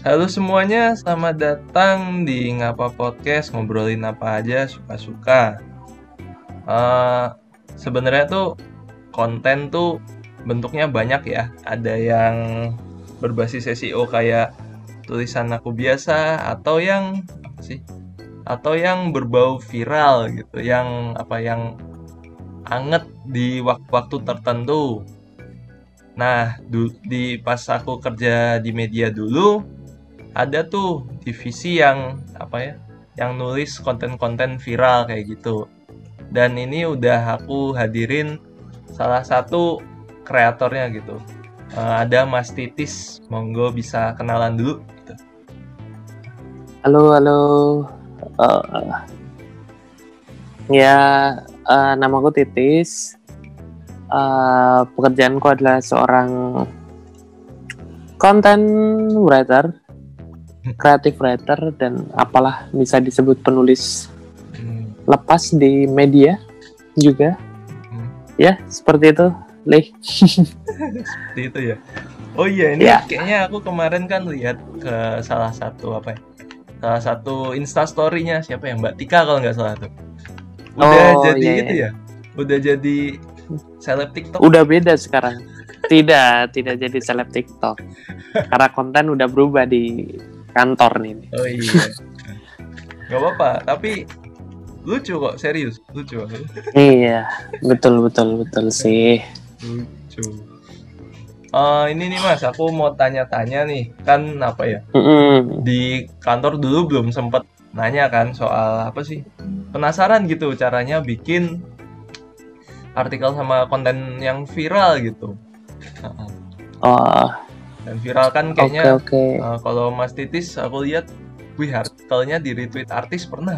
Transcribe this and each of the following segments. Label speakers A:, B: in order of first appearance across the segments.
A: Halo semuanya, selamat datang di Ngapa Podcast, ngobrolin apa aja suka-suka. Sebenarnya tuh konten tuh bentuknya banyak ya. Ada yang berbasis SEO kayak tulisan aku biasa, atau yang apa sih? Atau yang berbau viral gitu, yang anget di waktu-waktu tertentu. Nah, di pas aku kerja di media dulu, ada tuh divisi yang yang nulis konten-konten viral kayak gitu. Dan ini udah aku hadirin salah satu kreatornya gitu. Ada Mas Titis, monggo bisa kenalan dulu gitu.
B: Halo. Namaku Titis. Pekerjaanku adalah seorang content writer, creative writer, dan apalah bisa disebut penulis lepas di media juga. Ya, seperti itu, Lih.
A: Seperti itu ya. Oh iya, ini kayaknya aku kemarin kan lihat ke salah satu Instastory-nya siapa ya, Mbak Tika kalau nggak salah tuh. Udah ya? Udah jadi seleb TikTok?
B: Udah beda sekarang. Tidak jadi seleb TikTok. Karena konten udah berubah di kantor nih.
A: Oh iya. Gak apa-apa, tapi lucu kok, serius. Lucu.
B: Iya, betul sih.
A: Lucu. Ini nih Mas, aku mau tanya-tanya nih. Kan apa ya? Di kantor dulu belum sempet nanya kan soal apa sih? Penasaran gitu caranya bikin artikel sama konten yang viral gitu. Dan viral kan kayaknya kalau Mas Titis aku lihat, artikelnya di retweet artis pernah.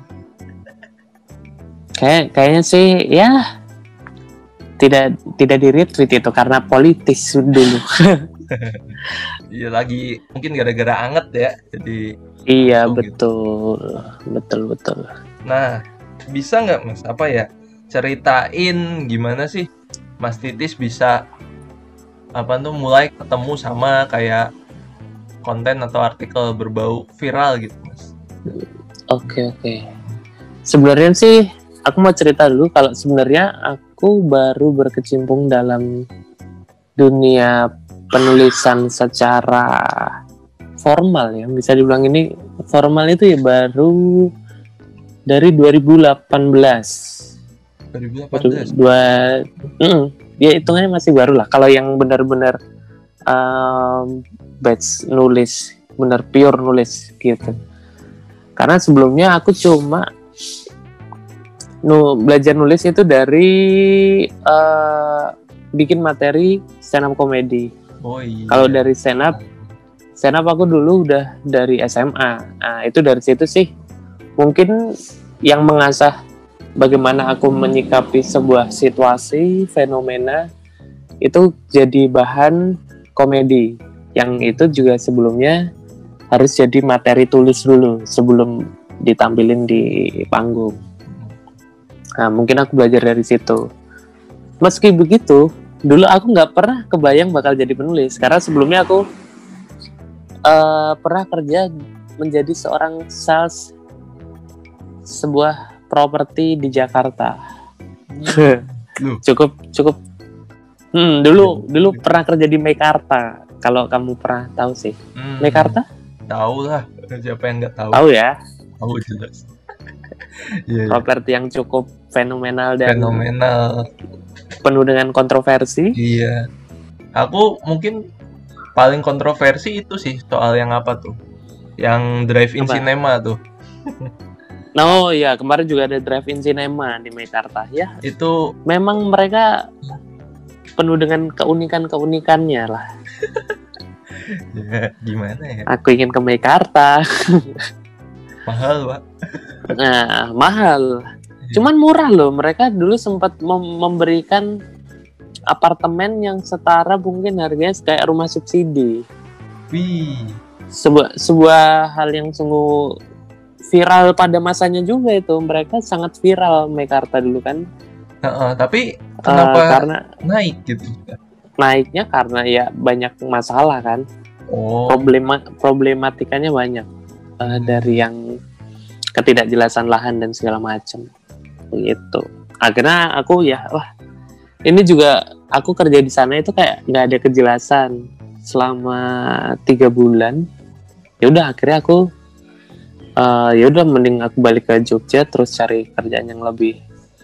B: Kayaknya sih ya tidak di retweet itu karena politis dulu.
A: Iya, lagi mungkin gara-gara anget ya, jadi
B: iya betul. Gitu.
A: Nah, bisa nggak Mas ceritain gimana sih Mas Titis bisa mulai ketemu sama kayak konten atau artikel berbau viral gitu Mas?
B: Oke. Sebenarnya sih aku mau cerita dulu kalau sebenarnya aku baru berkecimpung dalam dunia penulisan secara formal ya, bisa dibilang ini formal itu ya baru dari 2018. Ya hitungannya masih baru lah. Kalau yang benar-benar batch nulis, benar pure nulis gitu. Karena sebelumnya aku cuma belajar nulis itu dari bikin materi stand up comedy.
A: Oh iya.
B: Kalau dari stand up aku dulu udah dari SMA. Nah, itu dari situ sih mungkin yang mengasah bagaimana aku menyikapi sebuah situasi, fenomena itu jadi bahan komedi. Yang itu juga sebelumnya harus jadi materi tulis dulu sebelum ditampilin di panggung. Nah, mungkin aku belajar dari situ. Meski begitu, dulu aku nggak pernah kebayang bakal jadi penulis. Karena sebelumnya aku pernah kerja menjadi seorang sales sebuah properti di Jakarta. Cukup. Dulu pernah kerja di Meikarta. Kalau kamu pernah tahu sih, Meikarta?
A: Tahu lah, siapa yang nggak tahu?
B: Tahu ya.
A: Tahu jelas.
B: Properti yang cukup fenomenal dan penuh dengan kontroversi.
A: Iya. Aku mungkin paling kontroversi itu sih soal yang apa tuh? Yang drive-in cinema tuh.
B: Oh iya, kemarin juga ada drive-in cinema di Meikarta ya.
A: Itu
B: memang mereka penuh dengan keunikannya lah.
A: Ya, gimana ya?
B: Aku ingin ke Meikarta.
A: Mahal, Pak.
B: Nah, mahal. Cuman murah loh. Mereka dulu sempat memberikan apartemen yang setara mungkin harganya kayak rumah subsidi.
A: Wih.
B: Sebuah hal yang sungguh viral pada masanya juga itu. Mereka sangat viral Meikarta dulu kan.
A: Tapi kenapa karena naik gitu?
B: Naiknya karena ya banyak masalah kan.
A: Oh.
B: Problematikanya banyak, dari yang ketidakjelasan lahan dan segala macam gitu. Akhirnya aku ini juga aku kerja di sana itu kayak nggak ada kejelasan selama 3 bulan. Ya udah akhirnya aku mending aku balik ke Jogja terus cari kerjaan yang lebih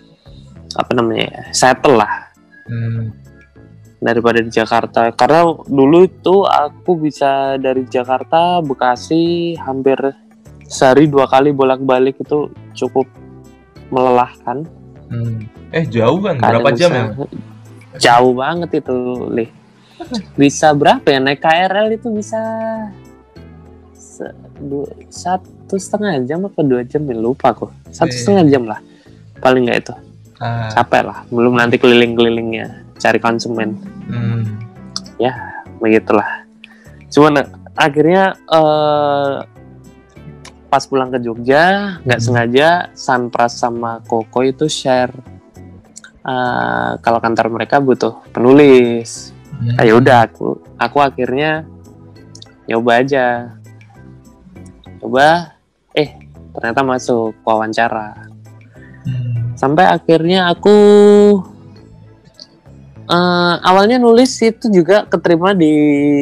B: settle lah daripada di Jakarta. Karena dulu itu aku bisa dari Jakarta Bekasi hampir sehari 2 kali bolak-balik, itu cukup melelahkan.
A: Jauh kan? Berapa jam ya?
B: Jauh banget itu, Lih. Bisa berapa ya, naik KRL itu bisa 1,5 jam apa 2 jam ya, lupa aku. 1,5 jam lah paling nggak itu. Capek lah, belum nanti keliling-kelilingnya cari konsumen. Ya begitulah. Cuman akhirnya pas pulang ke Jogja nggak sengaja Sunpras sama Koko itu share kalau kantor mereka butuh penulis. Ya udah aku akhirnya nyoba aja. Ternyata masuk wawancara. Sampai akhirnya aku awalnya nulis itu juga keterima di,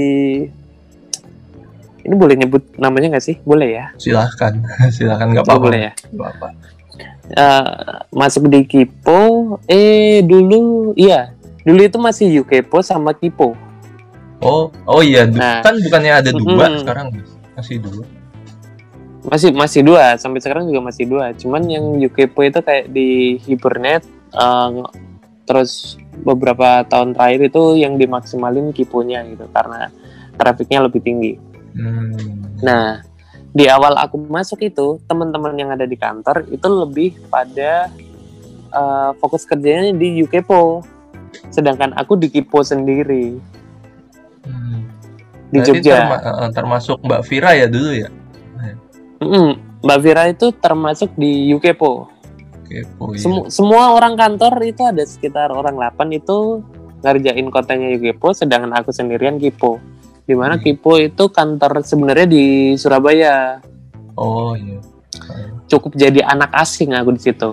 B: ini boleh nyebut namanya nggak sih? Boleh ya?
A: Silahkan nggak apa-apa.
B: Boleh ya?
A: Apa-apa.
B: Masuk di Kipo. Dulu itu masih UKPO sama Kipo.
A: Oh iya, kan bukannya ada 2 sekarang, masih 2.
B: Masih 2, sampai sekarang juga masih 2. Cuman yang UKPO itu kayak di Hibernate, terus beberapa tahun terakhir itu yang dimaksimalin Kiponya gitu karena trafiknya lebih tinggi. Nah, di awal aku masuk itu teman-teman yang ada di kantor itu lebih pada fokus kerjanya di UKPO, sedangkan aku di Kipo sendiri di Jogja.
A: Termasuk Mbak Vira ya dulu ya?
B: Mbak Vira itu termasuk di UKPO.
A: Iya.
B: Semua orang kantor itu ada sekitar orang 8 itu ngerjain kontennya UKPO, sedangkan aku sendirian Kipo. Dimana Kipo itu kantor sebenarnya di Surabaya.
A: Oh iya.
B: Cukup jadi anak asing aku di situ.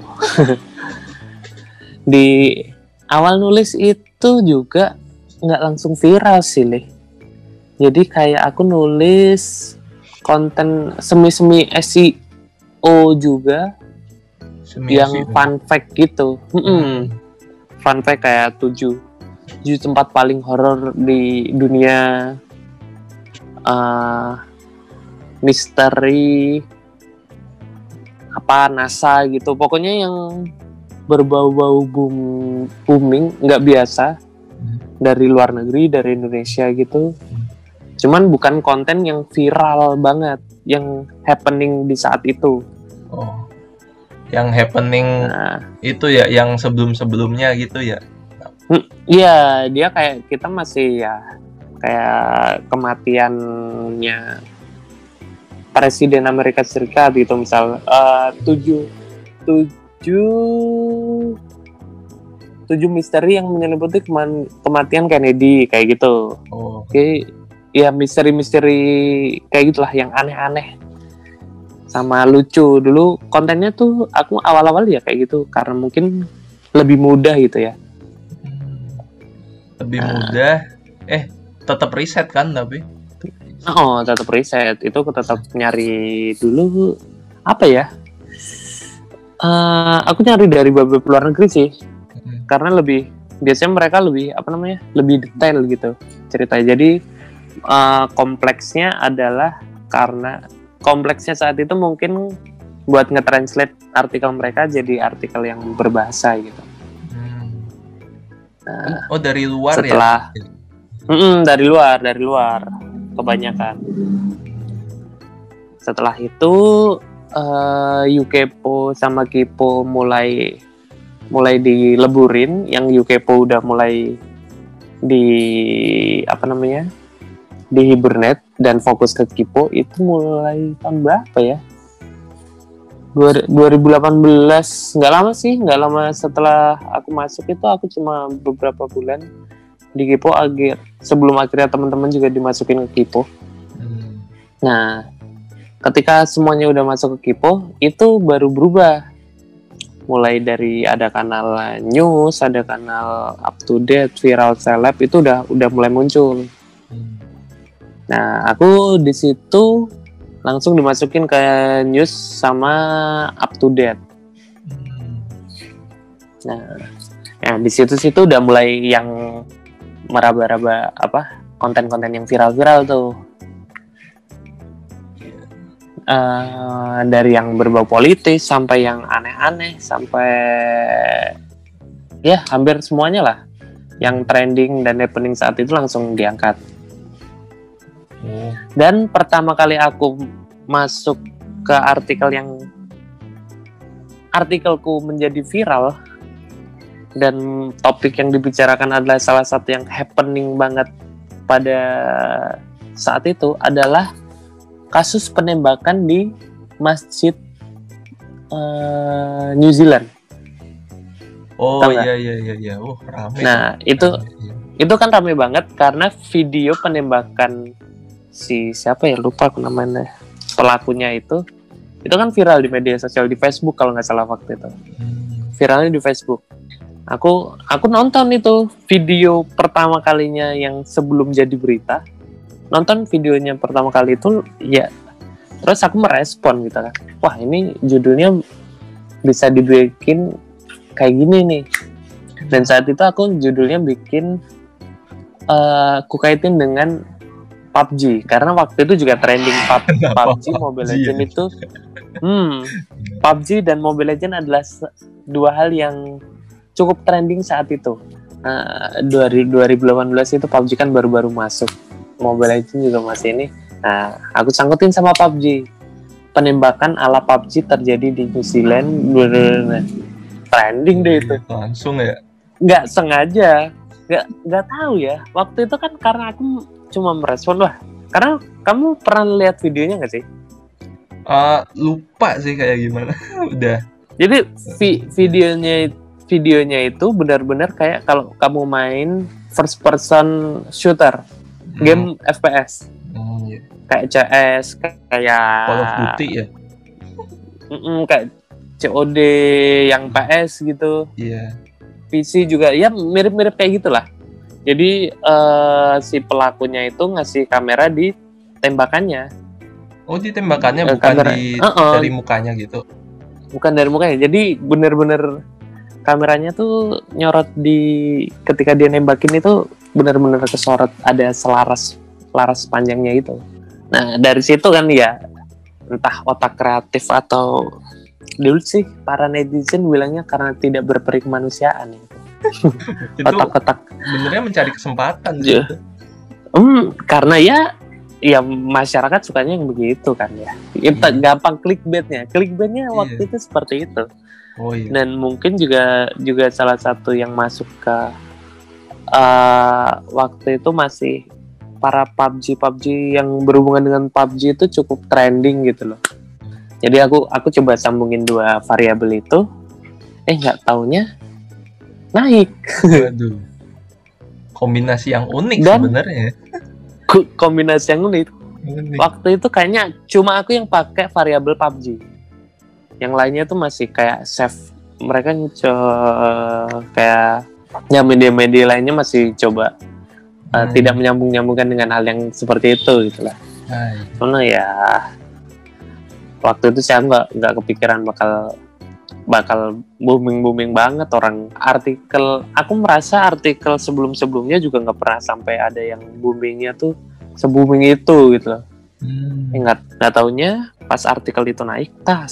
B: Di awal nulis itu juga nggak langsung viral sih, Lih. Jadi kayak aku nulis konten semi-semi SEO juga, yang fun fact gitu. Fun fact kayak 7 tempat paling horor di dunia, misteri NASA gitu. Pokoknya yang berbau-bau booming, nggak biasa, dari luar negeri, dari Indonesia gitu. Cuman bukan konten yang viral banget, yang happening di saat itu.
A: Yang happening itu ya, yang sebelum-sebelumnya gitu ya?
B: Iya, dia kayak kita masih ya kayak kematiannya Presiden Amerika Serikat gitu, misal 7 misteri yang menyelimuti kematian Kennedy kayak gitu. Oke, ya misteri-misteri kayak gitulah yang aneh-aneh sama lucu. Dulu kontennya tuh aku awal-awal ya kayak gitu karena mungkin lebih mudah gitu ya.
A: Lebih mudah. Tetap riset kan tapi?
B: Tetap riset. Itu aku tetap nyari dulu apa ya? Aku nyari dari web luar negeri sih. Karena biasanya mereka lebih lebih detail gitu ceritanya. Jadi kompleksnya adalah karena kompleksnya saat itu mungkin buat nge-translate artikel mereka jadi artikel yang berbahasa gitu.
A: Dari luar
B: setelah,
A: ya?
B: Dari luar kebanyakan. Setelah itu UKPO sama Kipo mulai dileburin. Yang UKPO udah mulai di di Hibernate dan fokus ke Kipo itu mulai tahun berapa ya? 2018. Nggak lama setelah aku masuk itu, aku cuma beberapa bulan di Kipo sebelum akhirnya teman-teman juga dimasukin ke Kipo. Nah, ketika semuanya udah masuk ke Kipo, itu baru berubah. Mulai dari ada kanal news, ada kanal up to date, viral celeb, itu udah mulai muncul. Nah, aku di situ langsung dimasukin ke news sama up to date. Nah, di situ udah mulai yang meraba-raba konten-konten yang viral-viral tuh. Dari yang berbau politis sampai yang aneh-aneh, sampai ya hampir semuanya lah yang trending dan happening saat itu langsung diangkat. Dan pertama kali aku masuk ke artikelku menjadi viral dan topik yang dibicarakan adalah salah satu yang happening banget pada saat itu adalah kasus penembakan di masjid New Zealand.
A: Oh
B: Tahu nggak?
A: iya. Rame.
B: Nah, itu kan rame banget karena video penembakan si siapa ya, lupa aku namanya, pelakunya itu kan viral di media sosial, di Facebook kalau nggak salah waktu itu. Viralnya di Facebook. Aku nonton itu video pertama kalinya yang sebelum jadi berita. Nonton videonya pertama kali itu ya, terus aku merespon gitu kan, wah ini judulnya bisa dibikin kayak gini nih. Dan saat itu aku judulnya bikin aku kaitin dengan PUBG karena waktu itu juga trending PUBG Mobile Legends itu. PUBG dan Mobile Legends adalah dua hal yang cukup trending saat itu. 2018 itu PUBG kan baru-baru masuk, Mobile Legends juga masih ini. Nah, aku sangkutin sama PUBG. Penembakan ala PUBG terjadi di New Zealand, trending deh itu.
A: Langsung ya?
B: Nggak sengaja, nggak tahu ya. Waktu itu kan karena aku cuma merespon lah. Karena kamu pernah lihat videonya nggak sih?
A: Lupa sih kayak gimana. Udah.
B: Jadi videonya itu benar-benar kayak kalau kamu main first person shooter, game FPS.
A: Iya.
B: Kayak CS, kayak
A: Call of Duty ya?
B: Kayak COD yang PS gitu.
A: Iya.
B: PC juga ya mirip-mirip kayak gitulah. Jadi si pelakunya itu ngasih kamera di tembakannya.
A: Oh, di tembakannya bukan dari mukanya gitu?
B: Bukan dari mukanya. Jadi bener-bener kameranya tuh nyorot ketika dia nembakin itu bener-bener kesorot, ada selaras panjangnya gitu. Nah, dari situ kan ya entah otak kreatif atau dulu sih para netizen bilangnya karena tidak berperikemanusiaan ya. Otak-otak
A: benernya mencari kesempatan gitu.
B: Karena ya masyarakat sukanya yang begitu kan ya. Gampang clickbaitnya waktu itu seperti itu.
A: Oh, iya.
B: Dan mungkin juga salah satu yang masuk ke waktu itu masih para PUBG yang berhubungan dengan PUBG itu cukup trending gitu loh. Jadi aku coba sambungin dua variabel itu, nggak taunya naik.
A: Waduh. Kombinasi yang unik sebenarnya.
B: Kombinasi yang unik. Waktu itu kayaknya cuma aku yang pakai variabel PUBG. Yang lainnya tuh masih kayak save. Mereka kayak ya media-media lainnya masih coba tidak menyambung-nyambungkan dengan hal yang seperti itu gitulah. Karena ya waktu itu saya nggak kepikiran bakal booming banget orang artikel. Aku merasa artikel sebelumnya juga nggak pernah sampai ada yang boomingnya tuh se-booming itu gitu loh. Nggak taunya pas artikel itu naik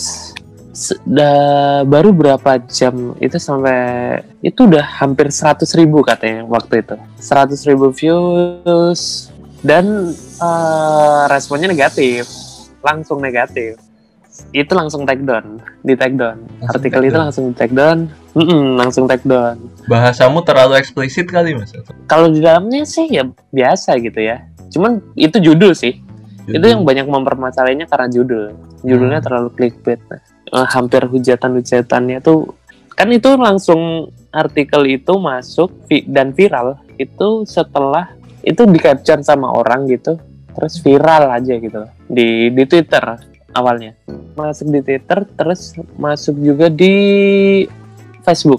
B: baru berapa jam itu sampai itu udah hampir 100.000 katanya waktu itu, 100.000 views dan responnya langsung negatif. Itu langsung take down. Artikel itu langsung take down. Langsung take down.
A: Bahasamu terlalu eksplisit kali Mas?
B: Kalau di dalamnya sih ya biasa gitu ya. Cuman itu judul sih. Itu yang banyak mempermasalahannya karena judulnya terlalu clickbait. Hampir hujatan-hujatannya tuh kan itu langsung artikel itu masuk dan viral itu setelah itu di capture sama orang gitu. terus viral aja gitu di Twitter awalnya, masuk di Twitter, terus masuk juga di Facebook,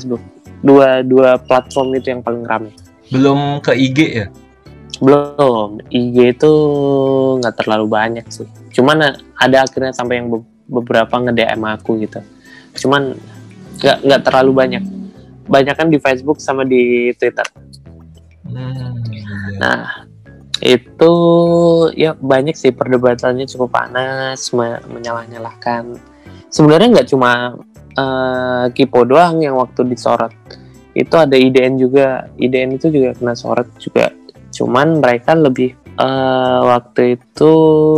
B: dua platform itu yang paling ramai.
A: Belum ke IG ya?
B: Belum, IG itu nggak terlalu banyak sih, cuman ada akhirnya sampai yang beberapa nge-DM aku gitu, cuman nggak terlalu banyak kan di Facebook sama di Twitter.
A: Iya.
B: Nah itu ya banyak sih perdebatannya, cukup panas, menyalah-nyalahkan. Sebenarnya nggak cuma Kipo doang yang waktu disorot, itu ada IDN juga. IDN itu juga kena sorot juga, cuman mereka lebih waktu itu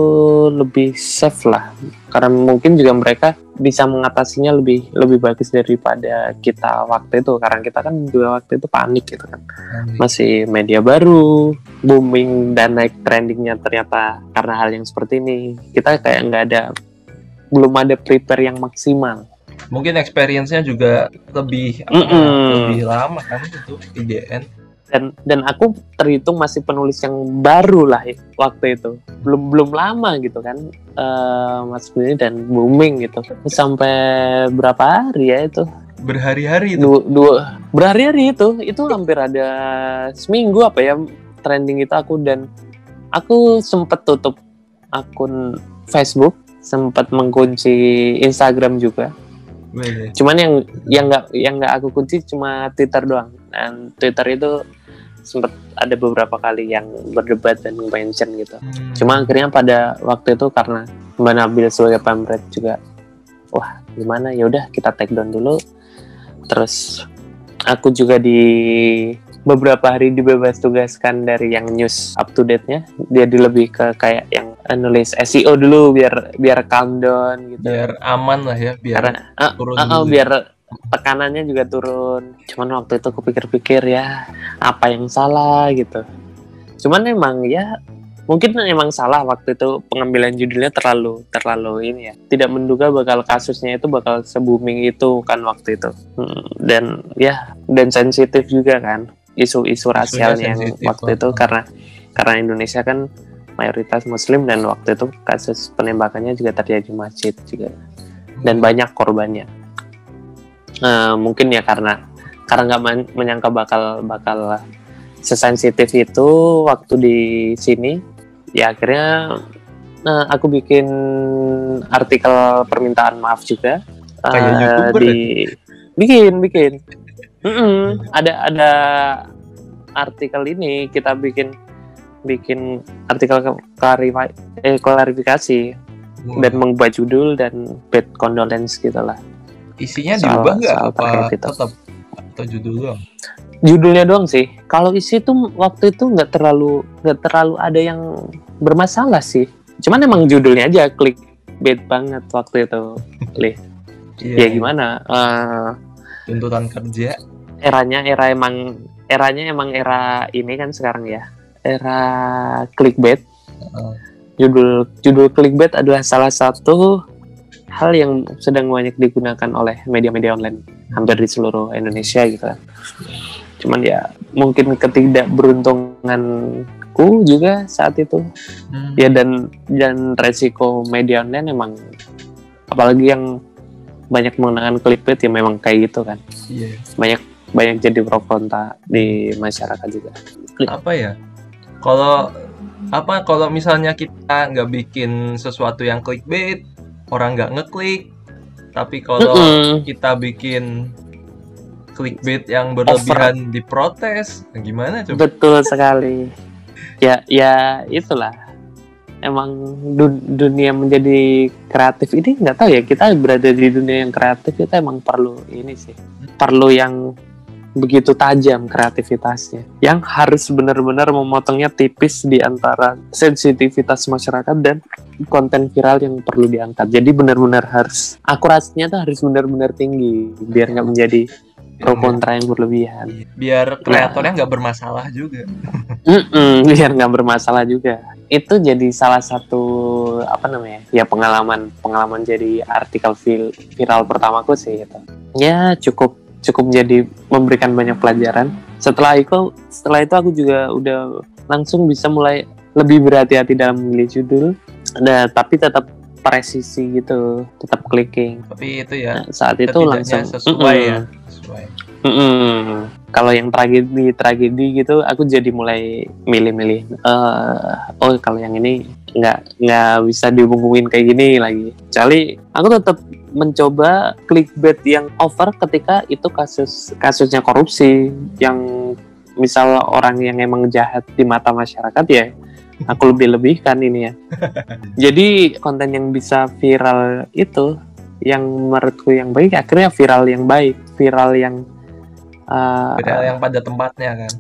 B: lebih safe lah, karena mungkin juga mereka bisa mengatasinya lebih bagus daripada kita waktu itu, karena kita kan juga waktu itu panik gitu kan, masih media baru, booming dan naik trendingnya, ternyata karena hal yang seperti ini kita kayak belum ada prepare yang maksimal.
A: Mungkin experience-nya juga lebih lama kan itu IDN.
B: Dan aku terhitung masih penulis yang baru lah waktu itu, belum lama gitu kan masuk ini dan booming gitu, sampai berapa hari ya itu,
A: berhari-hari itu
B: berhari-hari itu hampir ada seminggu apa ya trending itu aku, dan aku sempat tutup akun Facebook, sempat mengunci Instagram juga. Cuman yang nggak aku kunci cuma Twitter doang, dan Twitter itu sempat ada beberapa kali yang berdebat dan mention gitu. Cuma akhirnya pada waktu itu karena Mbak Nabil sebagai pamret juga, wah gimana, ya udah kita take down dulu. Terus aku juga di beberapa hari dibebas tugaskan dari yang news up to date-nya, jadi lebih ke kayak yang nulis SEO dulu biar calm down gitu,
A: biar aman lah ya, biar turun
B: biar tekanannya juga turun. Cuman waktu itu aku pikir-pikir ya apa yang salah gitu, cuman emang ya mungkin emang salah waktu itu pengambilan judulnya terlalu ini ya, tidak menduga bakal kasusnya itu bakal se-booming itu kan waktu itu. Dan sensitif juga kan isu-isu rasialnya yang waktu itu, karena Indonesia kan mayoritas Muslim, dan waktu itu kasus penembakannya juga terjadi di masjid juga, dan banyak korbannya. Mungkin ya karena nggak menyangka bakal sesensitif itu waktu di sini, ya akhirnya aku bikin artikel permintaan maaf juga.
A: Kayak YouTuber
B: bikin. Ada artikel ini, kita bikin artikel klarifikasi dan mengubah judul dan bad condolence gitulah.
A: Isinya diubah nggak apa tetap atau judul doang?
B: Judulnya doang sih. Kalau isi tuh waktu itu nggak terlalu ada yang bermasalah sih. Cuman emang judulnya aja clickbait banget waktu itu. Ya gimana?
A: Tuntutan kerja.
B: Eranya emang era ini kan sekarang ya. Era clickbait. Judul clickbait adalah salah satu hal yang sedang banyak digunakan oleh media-media online hampir di seluruh Indonesia gitu kan. Cuman ya mungkin ketidakberuntunganku juga saat itu. Ya dan resiko media online emang, apalagi yang banyak menggunakan clickbait ya memang kayak gitu kan. Banyak jadi pro kontra di masyarakat juga.
A: Apa ya? Kalau misalnya kita nggak bikin sesuatu yang clickbait, orang nggak ngeklik. Tapi kalau kita bikin clickbait yang berlebihan diprotes, gimana coba?
B: Betul sekali. Ya itulah. Emang dunia menjadi kreatif ini, nggak tahu ya, kita berada di dunia yang kreatif, kita emang perlu ini sih. Perlu yang begitu tajam kreativitasnya, yang harus benar-benar memotongnya tipis di antara sensitivitas masyarakat dan konten viral yang perlu diangkat. Jadi benar-benar harus akurasinya tuh harus benar-benar tinggi biar nggak menjadi pro kontra yang berlebihan.
A: Biar kreatornya nggak bermasalah juga.
B: Biar nggak bermasalah juga. Itu jadi salah satu ya pengalaman jadi artikel viral pertamaku sih itu. Ya cukup jadi memberikan banyak pelajaran. Setelah itu aku juga udah langsung bisa mulai lebih berhati-hati dalam memilih judul. Nah, tapi tetap presisi gitu, tetap clicking.
A: Tapi itu ya
B: Nah, saat itu
A: setidaknya
B: langsung
A: sesuai ya, sesuai.
B: Kalau yang tragedi gitu, aku jadi mulai milih-milih. Oh, kalau yang ini nggak bisa dihubungin kayak gini lagi. Kecuali aku tetap mencoba clickbait yang over ketika itu kasusnya korupsi, yang misal orang yang emang jahat di mata masyarakat ya. Aku lebih-lebihkan ini ya. Jadi konten yang bisa viral itu, yang menurutku yang baik, akhirnya viral yang baik, viral yang
A: pada tempatnya kan.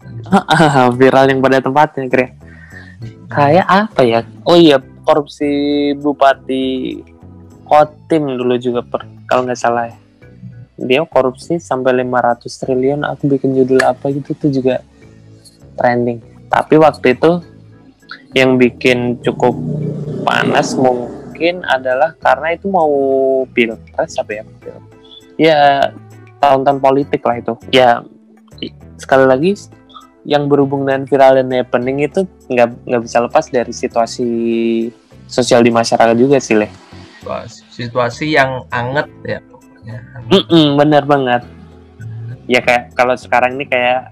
B: viral yang pada tempatnya kira. Kayak apa ya? Oh iya, korupsi Bupati Kotim dulu juga kalau nggak salah ya. Dia korupsi sampai 500 triliun. Aku bikin judul apa gitu tuh juga trending. Tapi waktu itu yang bikin cukup panas mungkin adalah karena itu mau pilpres apa ya? Ya, tahun-tahun politik lah itu. Ya, sekali lagi yang berhubung dengan viral dan happening itu nggak bisa lepas dari situasi sosial di masyarakat juga sih, Leh.
A: Situasi yang anget ya.
B: Bener banget. Ya kayak kalau sekarang ini kayak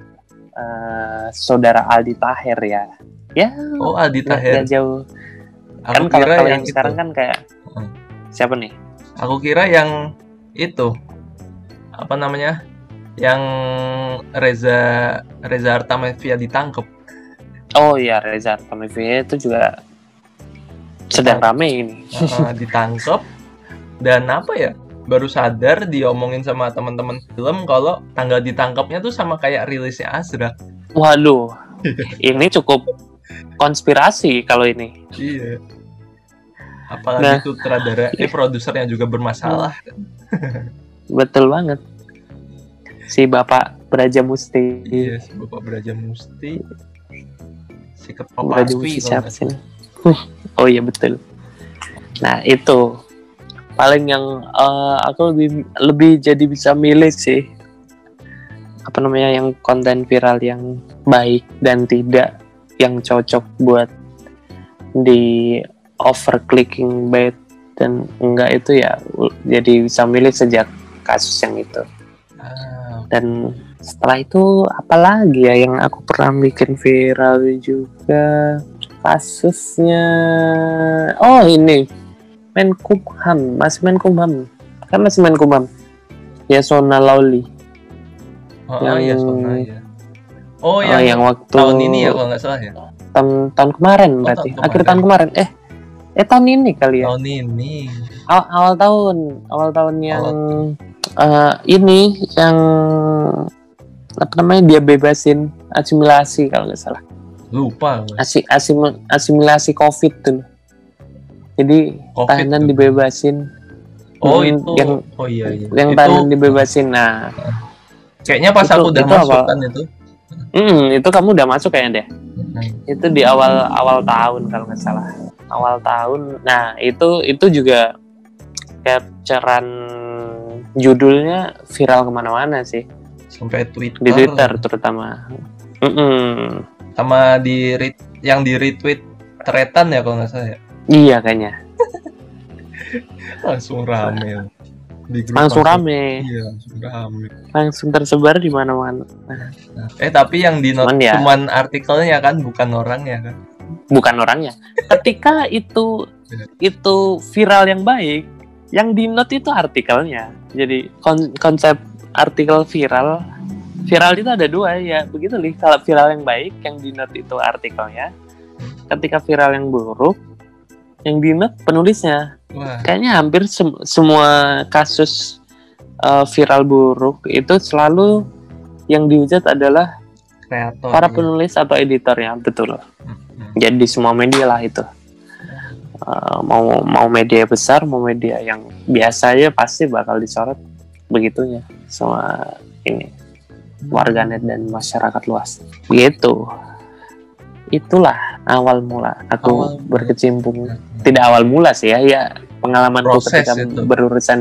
B: saudara Aldi Taher ya. Ya.
A: Oh, Aldi Taher.
B: Gak jauh.
A: Aku
B: Kan
A: kira
B: kalau
A: yang
B: sekarang kan kayak siapa nih?
A: Aku kira yang itu apa namanya, yang Reza Artamevia ditangkap.
B: Oh iya, Reza Artamevia itu juga sedang rame ini.
A: Ditangkap dan apa ya, baru sadar diomongin sama teman-teman film kalau tanggal ditangkapnya tuh sama kayak rilisnya Azra.
B: Waduh, ini cukup konspirasi kalau ini.
A: Iya. Apalagi sutradara, produsernya juga bermasalah.
B: Betul banget. Si Bapak Brajamusti.
A: Iya, si Bapak Brajamusti. Si Ketua
B: Brajamusti siapa sih? Oh iya betul. Nah itu paling yang aku lebih jadi bisa milih sih, apa namanya, yang konten viral yang baik dan tidak yang cocok buat di over clicking bait dan enggak, itu ya jadi bisa milih sejak kasus yang itu. Dan setelah itu apalagi ya yang aku pernah bikin viral juga kasusnya. Oh ini Menkumham, masih Menkumham, kan masih Menkumham. Yasona Lawli.
A: Yasona ya. Oh yang
B: waktu
A: tahun ini ya kalau nggak salah ya.
B: Tahun kemarin berarti. Akhir tahun kemarin. Tahun ini kali ya.
A: Tahun ini.
B: Awal tahun yang ini yang apa namanya, dia bebasin asimilasi kalau nggak salah.
A: Lupa.
B: Asimilasi COVID tuh. Jadi COVID tahanan tuh dibebasin.
A: Oh itu.
B: Yang yang tahanan dibebasin. Nah,
A: kayaknya pas aku udah masuk kan itu.
B: Itu kamu udah masuk kayaknya deh. Itu di awal tahun kalau nggak salah. Awal tahun. Nah itu juga capturean judulnya viral kemana-mana sih.
A: Sampai Twitter.
B: Di Twitter terutama.
A: Sama yang di retweet Tretan ya kalau nggak salah ya.
B: Iya kayaknya.
A: Langsung rame.
B: Langsung rame.
A: Iya, langsung rame.
B: Langsung tersebar di mana-mana.
A: Tapi yang di cuman artikelnya kan, bukan orangnya kan.
B: Bukan orangnya. Ketika itu viral yang baik, yang di note itu artikelnya. Jadi konsep artikel viral itu ada dua ya, begitu nih. Kalau viral yang baik, yang di note itu artikelnya. Ketika viral yang buruk, yang di note penulisnya.
A: Wah.
B: Kayaknya hampir semua kasus viral buruk itu selalu yang dihujat adalah
A: kreator,
B: para penulis atau editornya, betul. Jadi di semua media lah itu. Mau media besar, mau media yang biasa aja pasti bakal disorot begitunya sama ini warganet dan masyarakat luas. Gitu. Itulah awal mula aku berkecimpung. Tidak awal mula sih ya pengalamanku ketika berurusan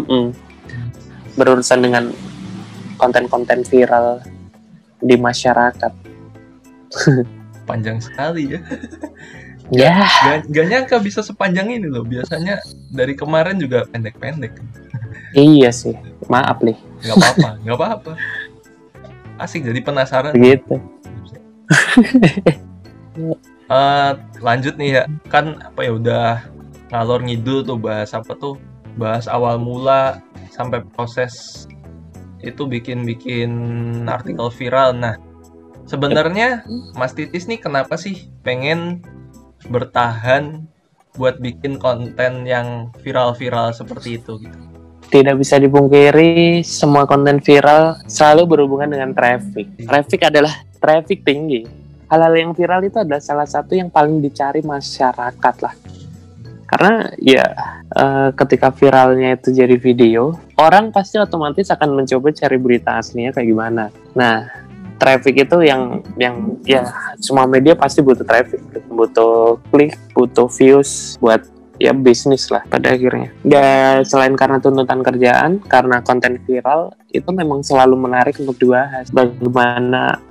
B: dengan konten-konten viral di masyarakat.
A: panjang sekali ya.
B: Ya,
A: Gak nyangka bisa sepanjang ini loh. Biasanya dari kemarin juga pendek-pendek.
B: iya sih. Maaf nih.
A: Nggak apa-apa. Asik jadi penasaran.
B: Begitu.
A: Lanjut nih ya. Kan apa ya udah ngalor ngidul tuh bahas apa tuh? Bahas awal mula sampai proses itu bikin artikel viral. Nah, sebenarnya Mas Titis nih kenapa sih pengen bertahan buat bikin konten yang viral-viral seperti itu gitu?
B: Tidak bisa dipungkiri, semua konten viral selalu berhubungan dengan traffic. Traffic adalah traffic tinggi. Hal-hal yang viral itu adalah salah satu yang paling dicari masyarakat lah. Karena ya ketika viralnya itu jadi video, orang pasti otomatis akan mencoba cari berita aslinya kayak gimana. Nah, traffic itu yang ya semua media pasti butuh traffic, butuh klik, butuh views buat ya bisnis lah pada akhirnya. Dan selain karena tuntutan kerjaan, karena konten viral itu memang selalu menarik untuk dibahas. Bagaimana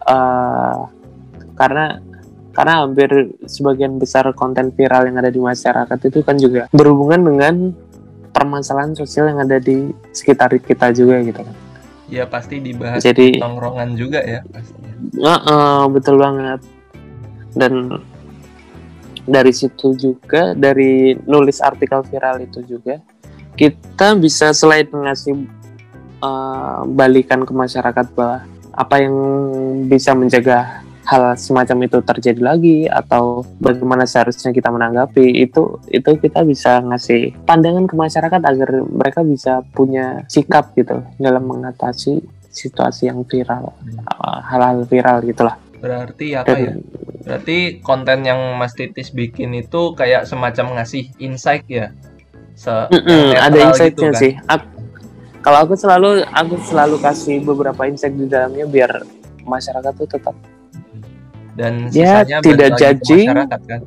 B: karena hampir sebagian besar konten viral yang ada di masyarakat itu kan juga berhubungan dengan permasalahan sosial yang ada di sekitar kita juga gitu kan.
A: Ya pasti dibahas
B: Jadi
A: tongkrongan juga ya pastinya.
B: Betul banget. Dan dari situ juga, dari nulis artikel viral itu juga kita bisa selain ngasih balikan ke masyarakat bahwa apa yang bisa menjaga hal semacam itu terjadi lagi atau bagaimana seharusnya kita menanggapi itu kita bisa ngasih pandangan ke masyarakat agar mereka bisa punya sikap gitu dalam mengatasi situasi yang viral, hal-hal viral gitulah.
A: Berarti apa ya? Berarti konten yang Mas Titis bikin itu kayak semacam ngasih insight ya?
B: Ada insight-nya
A: gitu, kan?
B: sih. Kalau aku selalu kasih beberapa insight di dalamnya biar masyarakat tuh tetap
A: dan sisanya
B: tidak judging,
A: masyarakat kan?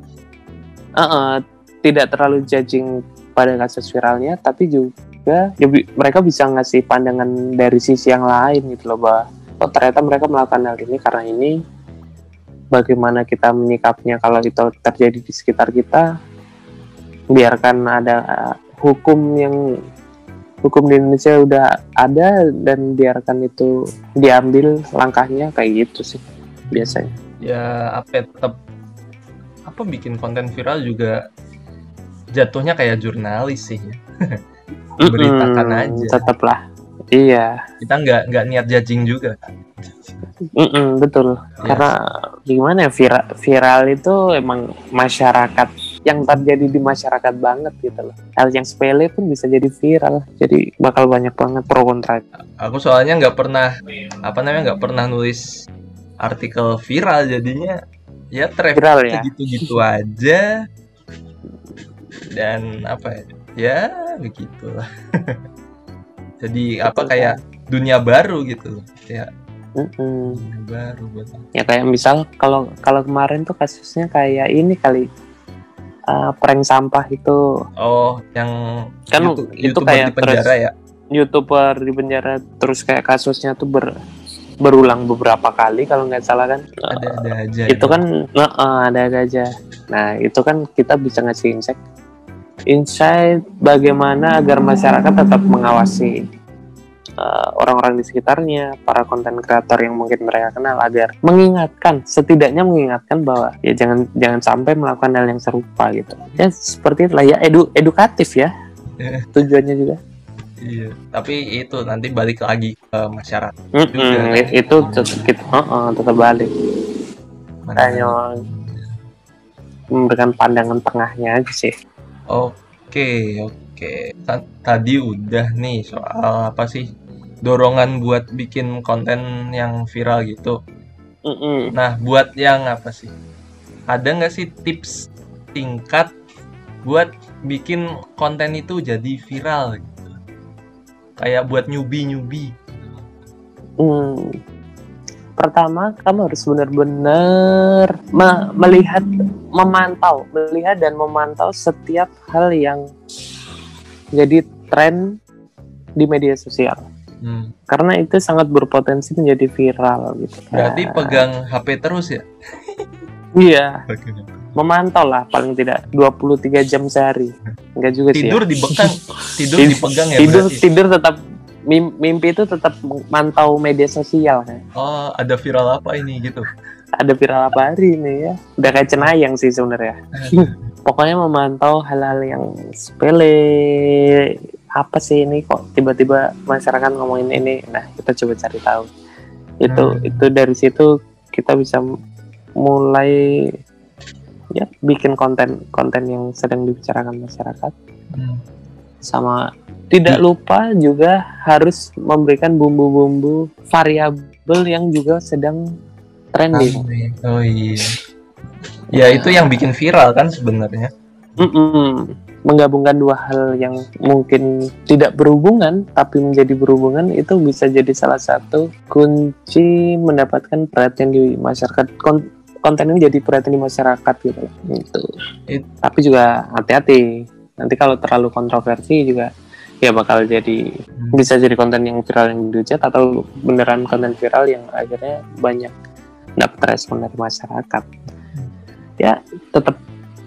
B: Tidak terlalu judging pada kasus viralnya, tapi juga ya, mereka bisa ngasih pandangan dari sisi yang lain gitu loh, bahwa ternyata mereka melakukan hal ini karena ini, bagaimana kita menyikapnya kalau itu terjadi di sekitar kita, biarkan ada hukum di Indonesia udah ada dan biarkan itu diambil langkahnya kayak gitu sih biasanya.
A: Ya tetap bikin konten viral juga jatuhnya kayak jurnalis sih. Beritakan aja.
B: Tetaplah. Iya.
A: Kita nggak niat judging juga.
B: Betul. Ya. Karena gimana ya, viral itu emang masyarakat, yang terjadi di masyarakat banget gitu loh. Hal yang sepele pun bisa jadi viral. Jadi bakal banyak banget pro kontra.
A: Aku soalnya nggak pernah nulis artikel viral, jadinya ya
B: viral ya
A: gitu-gitu aja dan ya begitulah. Jadi kayak dunia baru gitu ya. Dunia baru buat
B: ya, kayak misal kalau kemarin tuh kasusnya kayak ini kali, prank sampah itu.
A: Oh, yang
B: kan itu kayak
A: di penjara ya,
B: YouTuber di penjara, terus kayak kasusnya tuh berulang beberapa kali kalau nggak salah kan.
A: Ada aja
B: itu kan ada aja. Nah itu kan kita bisa ngasih insight bagaimana agar masyarakat tetap mengawasi orang-orang di sekitarnya, para konten kreator yang mungkin mereka kenal, agar setidaknya mengingatkan bahwa ya jangan sampai melakukan hal yang serupa gitu ya, seperti itulah ya, edukatif ya tujuannya juga.
A: Iya, tapi itu nanti balik lagi ke masyarakat.
B: Itu tetap balik. Hanya memberikan pandangan tengahnya aja sih.
A: Oke. Tadi udah nih soal apa sih dorongan buat bikin konten yang viral gitu. Nah, buat yang apa sih? Ada nggak sih tips singkat buat bikin konten itu jadi viral? Kayak buat newbie.
B: Pertama, kamu harus benar-benar melihat dan memantau setiap hal yang jadi tren di media sosial. Karena itu sangat berpotensi menjadi viral gitu.
A: Berarti pegang HP terus ya?
B: Iya, memantau lah paling tidak 23 jam sehari. Enggak juga sih.
A: Tidur
B: Ya.
A: tidur dipegang ya
B: Tidur
A: berarti.
B: tidur tetap mimpi itu tetap mantau media sosial kan.
A: Oh, ada viral apa ini gitu.
B: Ada viral apa hari ini ya? Udah kayak cenayang sih sebenarnya. Pokoknya memantau hal-hal yang sepele. Apa sih ini kok tiba-tiba masyarakat ngomongin ini? Nah, kita coba cari tahu. Itu dari situ kita bisa mulai ya bikin konten yang sedang dibicarakan masyarakat. Sama tidak lupa juga harus memberikan bumbu-bumbu variabel yang juga sedang trending.
A: Oh iya. Ya itu yang bikin viral kan sebenarnya.
B: Menggabungkan dua hal yang mungkin tidak berhubungan tapi menjadi berhubungan itu bisa jadi salah satu kunci mendapatkan perhatian di masyarakat. Konten ini jadi perhatian di masyarakat gitu. Tapi juga hati-hati. Nanti kalau terlalu kontroversi juga ya bakal jadi bisa jadi konten yang viral yang dihujat atau beneran konten viral yang akhirnya banyak dapat respon dari masyarakat. Ya tetap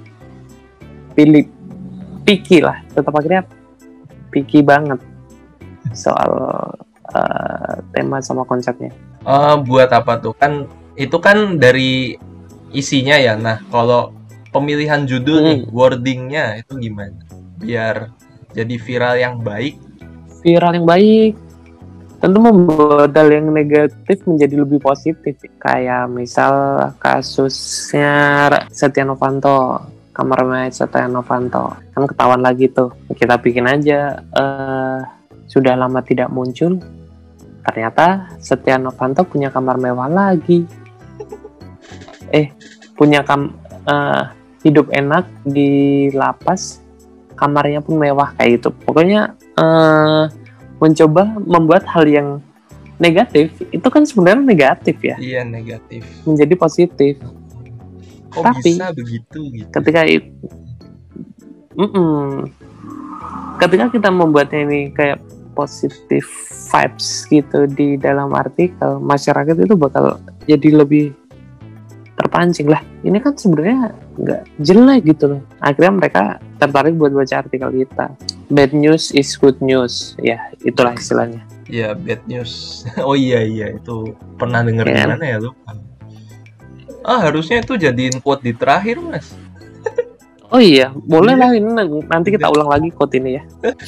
B: picky lah, tetap akhirnya picky banget soal tema sama konsepnya.
A: Buat apa tuh? Kan itu kan dari isinya ya. Nah, kalau pemilihan judul nih, wordingnya itu gimana? Biar jadi viral yang baik.
B: Viral yang baik tentu membuat hal yang negatif menjadi lebih positif. Kayak misal kasusnya Setia Novanto, kamar Setia Novanto kan ketahuan lagi tuh. Kita bikin aja sudah lama tidak muncul, ternyata Setia Novanto punya kamar mewah lagi. Punya hidup enak di lapas, kamarnya pun mewah kayak gitu. Pokoknya mencoba membuat hal yang negatif itu kan sebenarnya negatif ya.
A: Iya, negatif.
B: Menjadi positif.
A: Kok
B: tapi
A: bisa begitu gitu?
B: Ketika ketika kita membuatnya ini kayak positive vibes gitu di dalam artikel, masyarakat itu bakal jadi lebih terpancing lah. Ini kan sebenarnya nggak jelek gitu loh. Akhirnya mereka tertarik buat baca artikel kita. Bad news is good news, ya itulah istilahnya.
A: Ya, bad news. Oh iya itu pernah denger di mana ya, lupa. Harusnya itu jadiin quote di terakhir, Mas.
B: Oh iya, boleh lah, ini nanti kita ulang lagi quote ini ya.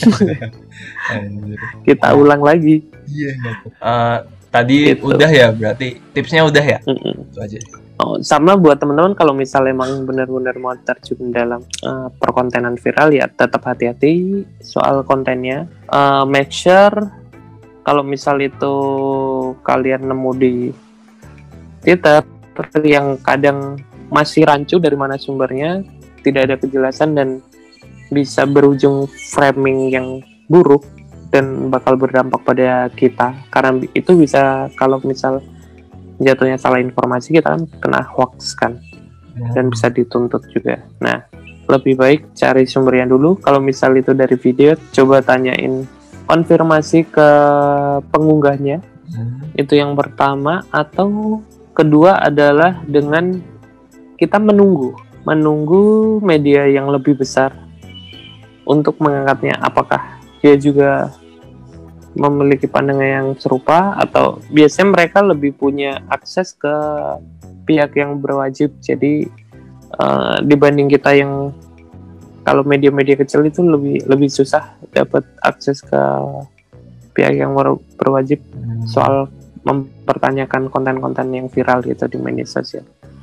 B: Kita ulang lagi.
A: Iya. Tadi gitu. Udah ya, berarti tipsnya udah ya. Itu aja.
B: Sama buat teman-teman kalau misalnya emang benar-benar mau terjun dalam perkontenan viral ya tetap hati-hati soal kontennya. Make sure kalau misal itu kalian nemu di Twitter yang kadang masih rancu dari mana sumbernya, tidak ada kejelasan dan bisa berujung framing yang buruk dan bakal berdampak pada kita, karena itu bisa kalau misal jatuhnya salah informasi kita kan kena hoax kan dan bisa dituntut juga. Nah, lebih baik cari sumbernya dulu. Kalau misal itu dari video, coba tanyain konfirmasi ke pengunggahnya. Itu yang pertama. Atau kedua adalah dengan kita menunggu media yang lebih besar untuk mengangkatnya. Apakah dia juga memiliki pandangan yang serupa atau biasanya mereka lebih punya akses ke pihak yang berwajib. Jadi dibanding kita yang kalau media-media kecil itu lebih susah dapat akses ke pihak yang berwajib soal mempertanyakan konten-konten yang viral gitu di media sosial.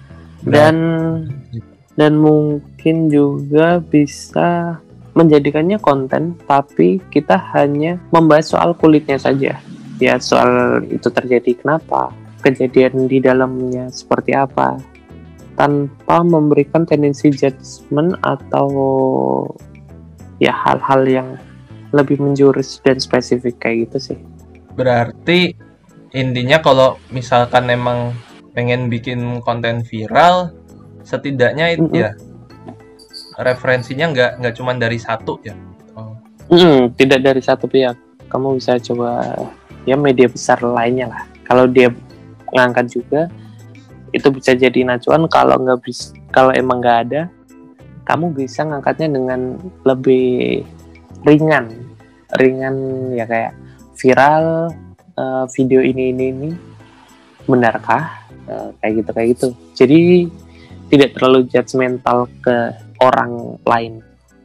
B: Dan mungkin juga bisa menjadikannya konten, tapi kita hanya membahas soal kulitnya saja. Ya, soal itu terjadi kenapa, kejadian di dalamnya seperti apa, tanpa memberikan tendensi judgement atau ya hal-hal yang lebih menjurus dan spesifik kayak gitu sih.
A: Berarti intinya kalau misalkan emang pengen bikin konten viral, setidaknya itu ya referensinya nggak cuma dari satu ya.
B: Tidak dari satu pihak. Kamu bisa coba ya media besar lainnya lah. Kalau dia ngangkat juga itu bisa jadi acuan. Kalau emang nggak ada, kamu bisa ngangkatnya dengan gitu ringan ya, kayak viral, video ini benarkah, kayak gitu. Jadi tidak terlalu judgmental ke orang lain.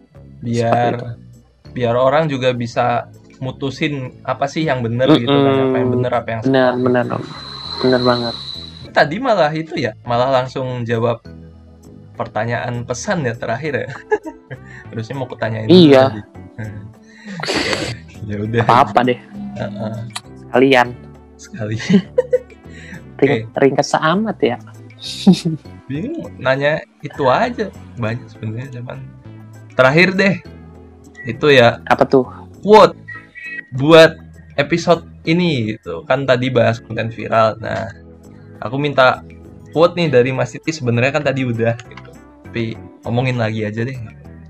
A: Biar orang juga bisa mutusin apa sih yang benar gitu kan, apa yang benar, apa yang salah.
B: Benar banget.
A: Tadi malah itu ya, malah langsung jawab pertanyaan pesan ya terakhir ya. Harusnya mau kutanyain
B: iya
A: tadi. Ya udah.
B: Apa deh. Kalian
A: sekali.
B: Ringkas amat ya.
A: Bingung nanya itu aja, banyak sebenarnya zaman. Terakhir deh. Itu ya.
B: Apa tuh?
A: Quote buat episode ini gitu. Kan tadi bahas konten viral. Nah, aku minta quote nih dari Mas Titi. Sebenarnya kan tadi udah gitu. Tapi omongin lagi aja deh.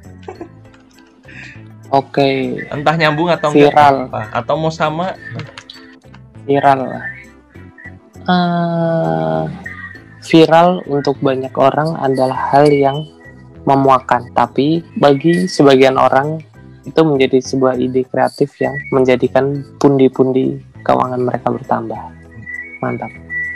B: Oke.
A: Entah nyambung atau
B: viral.
A: Enggak, atau mau sama.
B: Viral. Viral untuk banyak orang adalah hal yang memuakan, tapi bagi sebagian orang itu menjadi sebuah ide kreatif yang menjadikan pundi-pundi keuangan mereka bertambah. Mantap.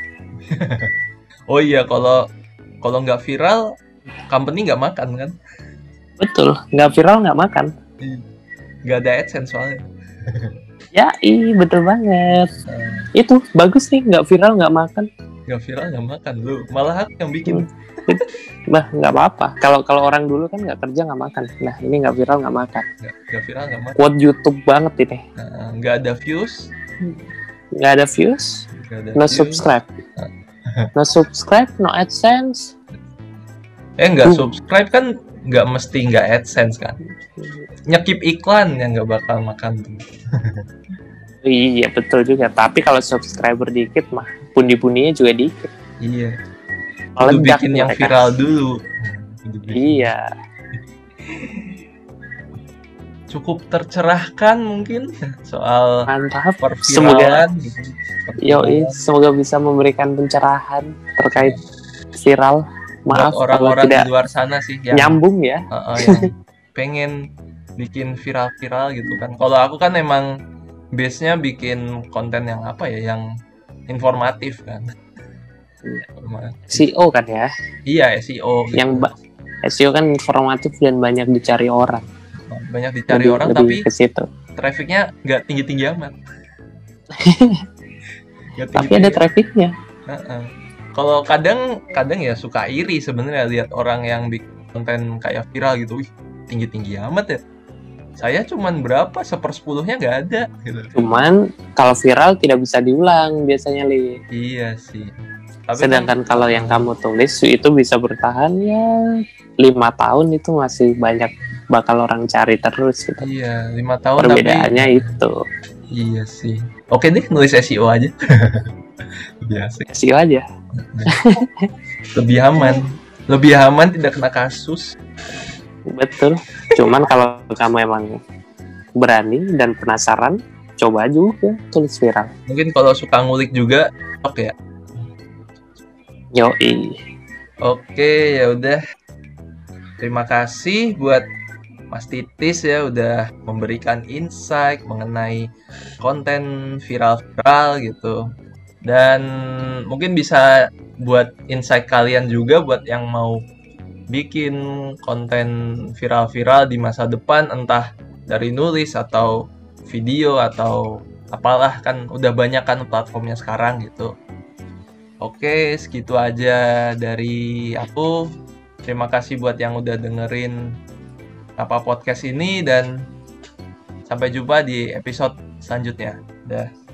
A: Oh iya, kalau nggak viral, company nggak makan kan?
B: Betul, nggak viral nggak makan.
A: Nggak ada AdSense soalnya.
B: Ya, betul banget. Itu bagus nih, nggak viral nggak makan.
A: Nggak viral nggak makan, lu malah aku yang bikin.
B: Bah, nggak apa-apa. Kalau orang dulu kan nggak kerja nggak makan. Nah, ini nggak viral nggak makan.
A: Nggak viral nggak makan.
B: Quote YouTube banget ini.
A: Nggak ada views.
B: Nggak ada views. No subscribe. No subscribe, no AdSense.
A: Nggak subscribe kan nggak mesti nggak AdSense kan. Nyekip iklan yang nggak bakal makan tuh.
B: Iya betul juga. Tapi kalau subscriber dikit mah pundi-pundinya juga dikit.
A: Iya. Itu bikin yang mereka viral dulu.
B: Iya.
A: Cukup tercerahkan mungkin soal
B: mantap.
A: Perviralan.
B: Semoga bisa memberikan pencerahan terkait viral. Maaf
A: orang-orang di luar sana sih yang
B: nyambung ya.
A: Yang pengen bikin viral-viral gitu kan. Kalau aku kan emang base-nya bikin konten yang apa ya, yang informatif kan.
B: SEO kan ya?
A: Iya, SEO. Gitu.
B: Yang SEO kan informatif dan banyak dicari orang.
A: Banyak dicari orang tapi
B: ke situ.
A: Trafficnya nggak tinggi-tinggi amat.
B: Tapi ada trafficnya.
A: Kalau kadang ya suka iri sebenarnya lihat orang yang bikin konten kayak viral gitu, wih tinggi-tinggi amat ya. Saya cuman berapa 1/10-nya nggak ada. Gitu.
B: Cuman kalau viral tidak bisa diulang biasanya Li.
A: Iya sih. Tapi
B: sedangkan kalau yang kamu tulis itu bisa bertahan ya 5 tahun itu masih banyak bakal orang cari terus gitu.
A: Iya 5 tahun.
B: Perbedaannya tapi itu.
A: Iya sih. Oke deh nulis SEO aja. Biasa.
B: SEO aja.
A: Lebih aman tidak kena kasus.
B: Betul. Cuman kalau kamu emang berani dan penasaran, coba juga tulis viral.
A: Mungkin kalau suka ngulik juga, oke ya.
B: Yoi.
A: Oke, ya udah. Terima kasih buat Mas Titis ya udah memberikan insight mengenai konten viral-viral gitu. Dan mungkin bisa buat insight kalian juga buat yang mau bikin konten viral-viral di masa depan, entah dari nulis atau video atau apalah, kan udah banyak kan platformnya sekarang gitu. Oke, segitu aja dari aku. Terima kasih buat yang udah dengerin podcast ini dan sampai jumpa di episode selanjutnya. Dah.